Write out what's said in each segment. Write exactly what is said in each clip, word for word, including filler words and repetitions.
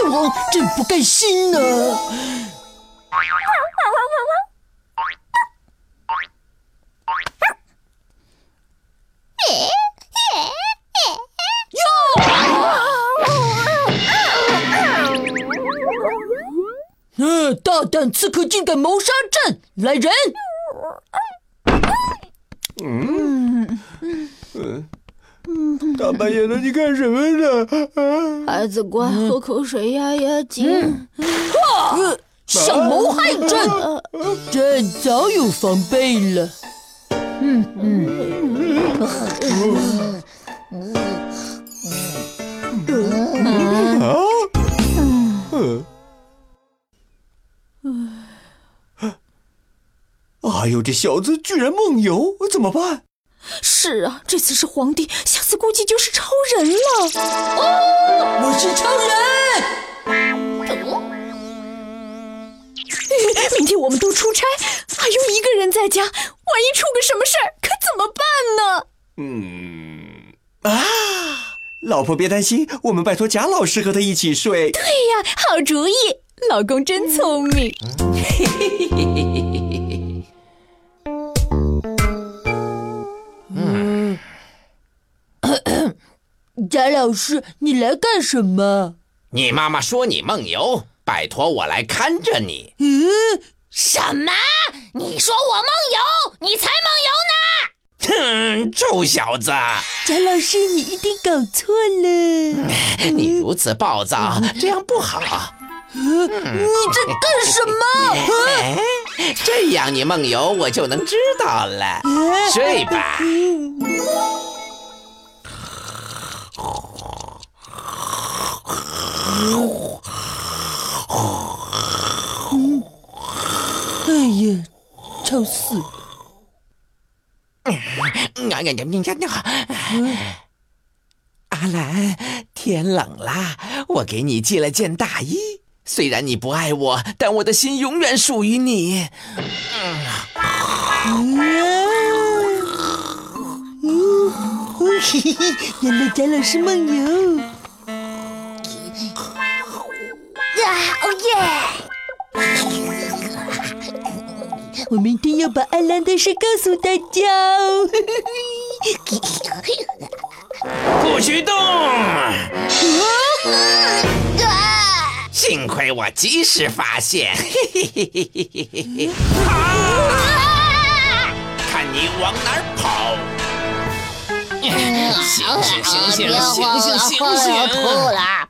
王真不甘心呢。呃，大胆刺客竟敢谋杀朕！来人！ 嗯嗯嗯，大半夜的你干什么呢？ 孩子乖，喝口水压压惊。 啊！想谋害朕，朕早有防备了。嗯嗯。 啊？嗯。哎呦，这小子居然梦游，怎么办？ 是啊，这次是皇帝，下次估计就是超人了。 哦，我是超人。 明天我们都出差，阿优一个人在家，万一出个什么事儿，可怎么办呢？ 嗯啊，老婆别担心，我们拜托贾老师和他一起睡。 对呀，好主意，老公真聪明。 嗯，贾老师，你来干什么？ 你妈妈说你梦游，拜托我来看着你。 嗯， 什么？你说我梦游，你才梦游呢！哼，臭小子！ 贾老师，你一定搞错了。 你如此暴躁，这样不好。 嗯、你在干什么？ 哎，这样你梦游，我就能知道了。睡吧。 嗯，哎呀，吵死了！ 阿兰，天冷了，我给你寄了件大衣。虽然你不爱我，但我的心永远属于你。 嗯，原来贾老师梦游。 啊，哦耶！ 我明天要把阿兰的事告诉大家哦。 不许动！ 啊！ 幸亏我及时发现。啊！看你往哪儿跑！醒醒醒醒醒醒醒醒！ 我吐了。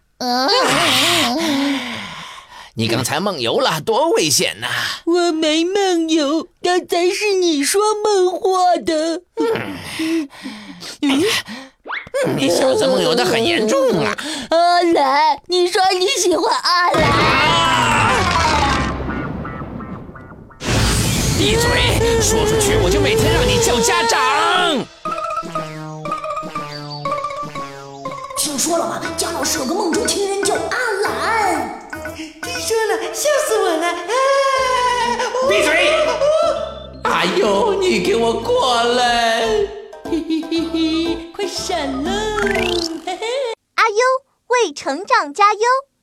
你刚才梦游了，多危险呐！ 我没梦游，刚才是你说梦话的。 嗯嗯，你小子梦游的很严重啊！ 阿兰，你说你喜欢阿兰？ 闭嘴！说出去我就每天让你叫家长。 听说了吗？贾老师有个梦中情人叫阿兰。 听说了，笑死我了！啊！ 闭嘴！哎呦，你给我过来！ 嘿嘿嘿嘿，快闪了！ 阿优为成长加油。